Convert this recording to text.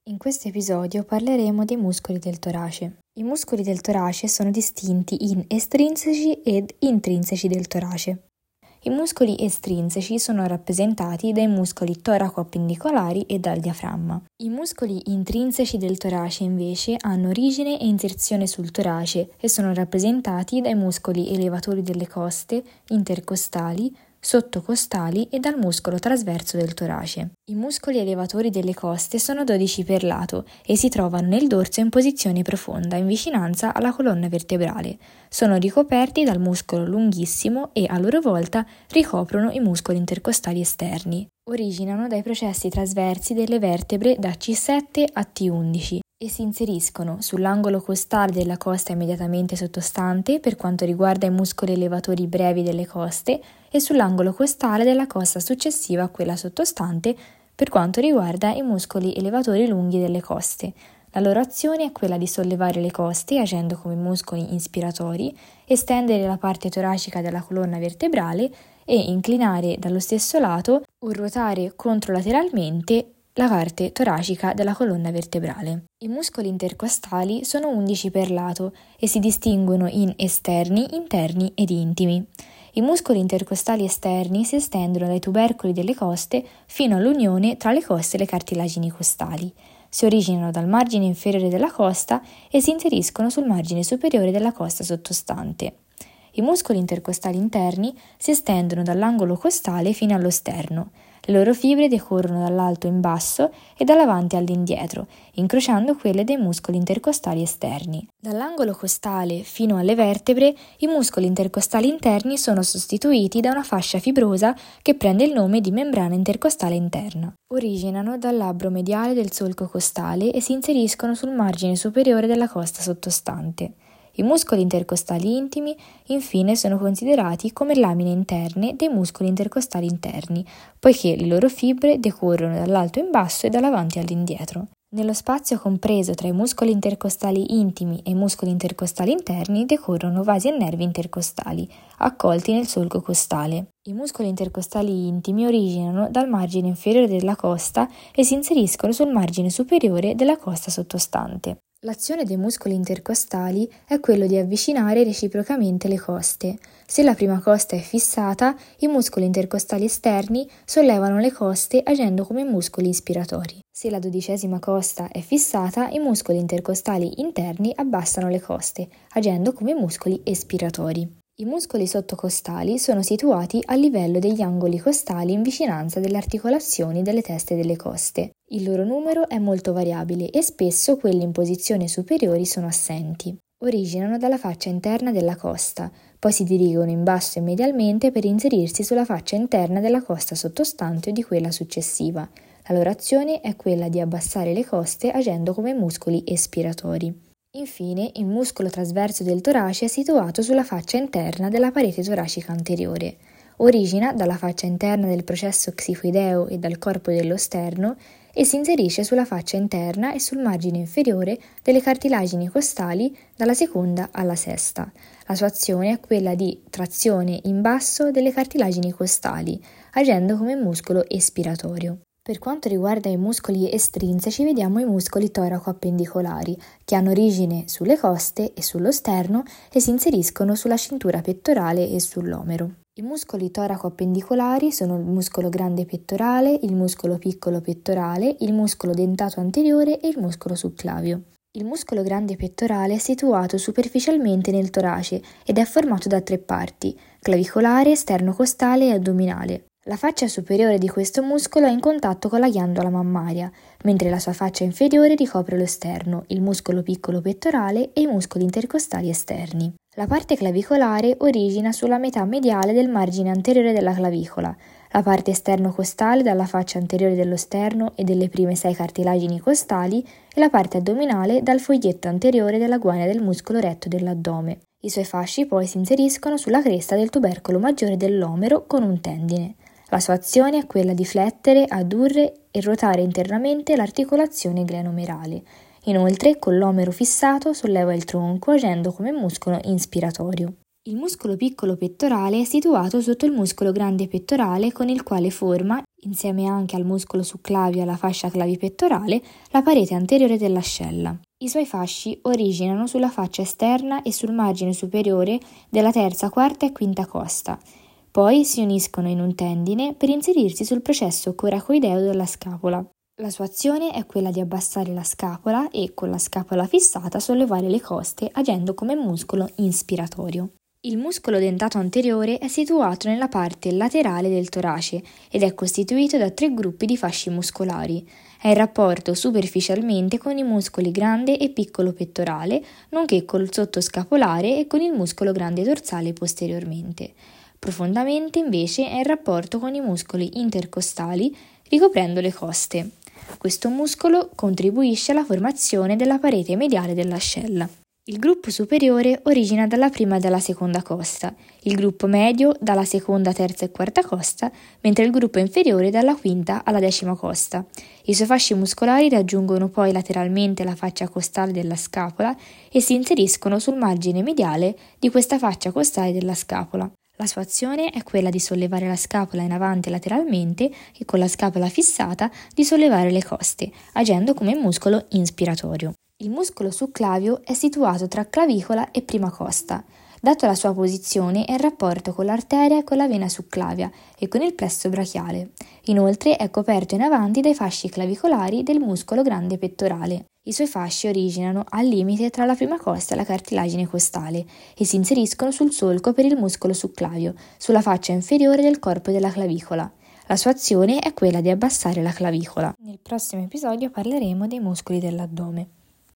In questo episodio parleremo dei muscoli del torace. I muscoli del torace sono distinti in estrinseci ed intrinseci del torace. I muscoli estrinseci sono rappresentati dai muscoli toraco-appendicolari e dal diaframma. I muscoli intrinseci del torace invece hanno origine e inserzione sul torace e sono rappresentati dai muscoli elevatori delle coste, intercostali, sottocostali e dal muscolo trasverso del torace. I muscoli elevatori delle coste sono 12 per lato e si trovano nel dorso in posizione profonda in vicinanza alla colonna vertebrale. Sono ricoperti dal muscolo lunghissimo e a loro volta ricoprono i muscoli intercostali esterni. Originano dai processi trasversi delle vertebre da C7 a T11 e si inseriscono sull'angolo costale della costa immediatamente sottostante per quanto riguarda i muscoli elevatori brevi delle coste e sull'angolo costale della costa successiva a quella sottostante per quanto riguarda i muscoli elevatori lunghi delle coste. La loro azione è quella di sollevare le coste agendo come muscoli ispiratori, estendere la parte toracica della colonna vertebrale e inclinare dallo stesso lato o ruotare controlateralmente la parte toracica della colonna vertebrale. I muscoli intercostali sono 11 per lato e si distinguono in esterni, interni ed intimi. I muscoli intercostali esterni si estendono dai tubercoli delle coste fino all'unione tra le coste e le cartilagini costali. Si originano dal margine inferiore della costa e si inseriscono sul margine superiore della costa sottostante. I muscoli intercostali interni si estendono dall'angolo costale fino allo sterno. Le loro fibre decorrono dall'alto in basso e dall'avanti all'indietro, incrociando quelle dei muscoli intercostali esterni. Dall'angolo costale fino alle vertebre, i muscoli intercostali interni sono sostituiti da una fascia fibrosa che prende il nome di membrana intercostale interna. Originano dal labbro mediale del solco costale e si inseriscono sul margine superiore della costa sottostante. I muscoli intercostali intimi, infine, sono considerati come lamine interne dei muscoli intercostali interni, poiché le loro fibre decorrono dall'alto in basso e dall'avanti all'indietro. Nello spazio compreso tra i muscoli intercostali intimi e i muscoli intercostali interni decorrono vasi e nervi intercostali, accolti nel solco costale. I muscoli intercostali intimi originano dal margine inferiore della costa e si inseriscono sul margine superiore della costa sottostante. L'azione dei muscoli intercostali è quello di avvicinare reciprocamente le coste. Se la prima costa è fissata, i muscoli intercostali esterni sollevano le coste agendo come muscoli ispiratori. Se la 12ª costa è fissata, i muscoli intercostali interni abbassano le coste, agendo come muscoli espiratori. I muscoli sottocostali sono situati a livello degli angoli costali in vicinanza delle articolazioni delle teste delle coste. Il loro numero è molto variabile e spesso quelli in posizione superiori sono assenti. Originano dalla faccia interna della costa, poi si dirigono in basso e medialmente per inserirsi sulla faccia interna della costa sottostante o di quella successiva. La loro azione è quella di abbassare le coste agendo come muscoli espiratori. Infine, il muscolo trasverso del torace è situato sulla faccia interna della parete toracica anteriore. Origina dalla faccia interna del processo xifoideo e dal corpo dello sterno e si inserisce sulla faccia interna e sul margine inferiore delle cartilagini costali dalla seconda alla sesta. La sua azione è quella di trazione in basso delle cartilagini costali, agendo come muscolo espiratorio. Per quanto riguarda i muscoli estrinseci, vediamo i muscoli toraco-appendicolari, che hanno origine sulle coste e sullo sterno e si inseriscono sulla cintura pettorale e sull'omero. I muscoli toraco-appendicolari sono il muscolo grande pettorale, il muscolo piccolo pettorale, il muscolo dentato anteriore e il muscolo subclavio. Il muscolo grande pettorale è situato superficialmente nel torace ed è formato da 3 parti: clavicolare, sternocostale e addominale. La faccia superiore di questo muscolo è in contatto con la ghiandola mammaria, mentre la sua faccia inferiore ricopre lo sterno, il muscolo piccolo pettorale e i muscoli intercostali esterni. La parte clavicolare origina sulla metà mediale del margine anteriore della clavicola, la parte esternocostale dalla faccia anteriore dello sterno e delle prime 6 cartilagini costali e la parte addominale dal foglietto anteriore della guaina del muscolo retto dell'addome. I suoi fasci poi si inseriscono sulla cresta del tubercolo maggiore dell'omero con un tendine. La sua azione è quella di flettere, addurre e ruotare internamente l'articolazione glenomerale. Inoltre, con l'omero fissato, solleva il tronco agendo come muscolo inspiratorio. Il muscolo piccolo pettorale è situato sotto il muscolo grande pettorale con il quale forma insieme anche al muscolo succlavio e alla fascia clavipettorale, la parete anteriore dell'ascella. I suoi fasci originano sulla faccia esterna e sul margine superiore della terza, quarta e quinta costa. Poi si uniscono in un tendine per inserirsi sul processo coracoideo della scapola. La sua azione è quella di abbassare la scapola e, con la scapola fissata, sollevare le coste agendo come muscolo inspiratorio. Il muscolo dentato anteriore è situato nella parte laterale del torace ed è costituito da 3 gruppi di fasci muscolari. È in rapporto superficialmente con i muscoli grande e piccolo pettorale, nonché col sottoscapolare e con il muscolo grande dorsale posteriormente. Profondamente invece è in rapporto con i muscoli intercostali ricoprendo le coste. Questo muscolo contribuisce alla formazione della parete mediale dell'ascella. Il gruppo superiore origina dalla prima e dalla seconda costa, il gruppo medio dalla seconda, terza e quarta costa, mentre il gruppo inferiore dalla quinta alla 10ª costa. I suoi fasci muscolari raggiungono poi lateralmente la faccia costale della scapola e si inseriscono sul margine mediale di questa faccia costale della scapola. La sua azione è quella di sollevare la scapola in avanti lateralmente e con la scapola fissata di sollevare le coste, agendo come muscolo inspiratorio. Il muscolo succlavio è situato tra clavicola e prima costa. Dato la sua posizione, è in rapporto con l'arteria e con la vena succlavia e con il plesso brachiale. Inoltre è coperto in avanti dai fasci clavicolari del muscolo grande pettorale. I suoi fasci originano al limite tra la prima costa e la cartilagine costale e si inseriscono sul solco per il muscolo succlavio, sulla faccia inferiore del corpo della clavicola. La sua azione è quella di abbassare la clavicola. Nel prossimo episodio parleremo dei muscoli dell'addome.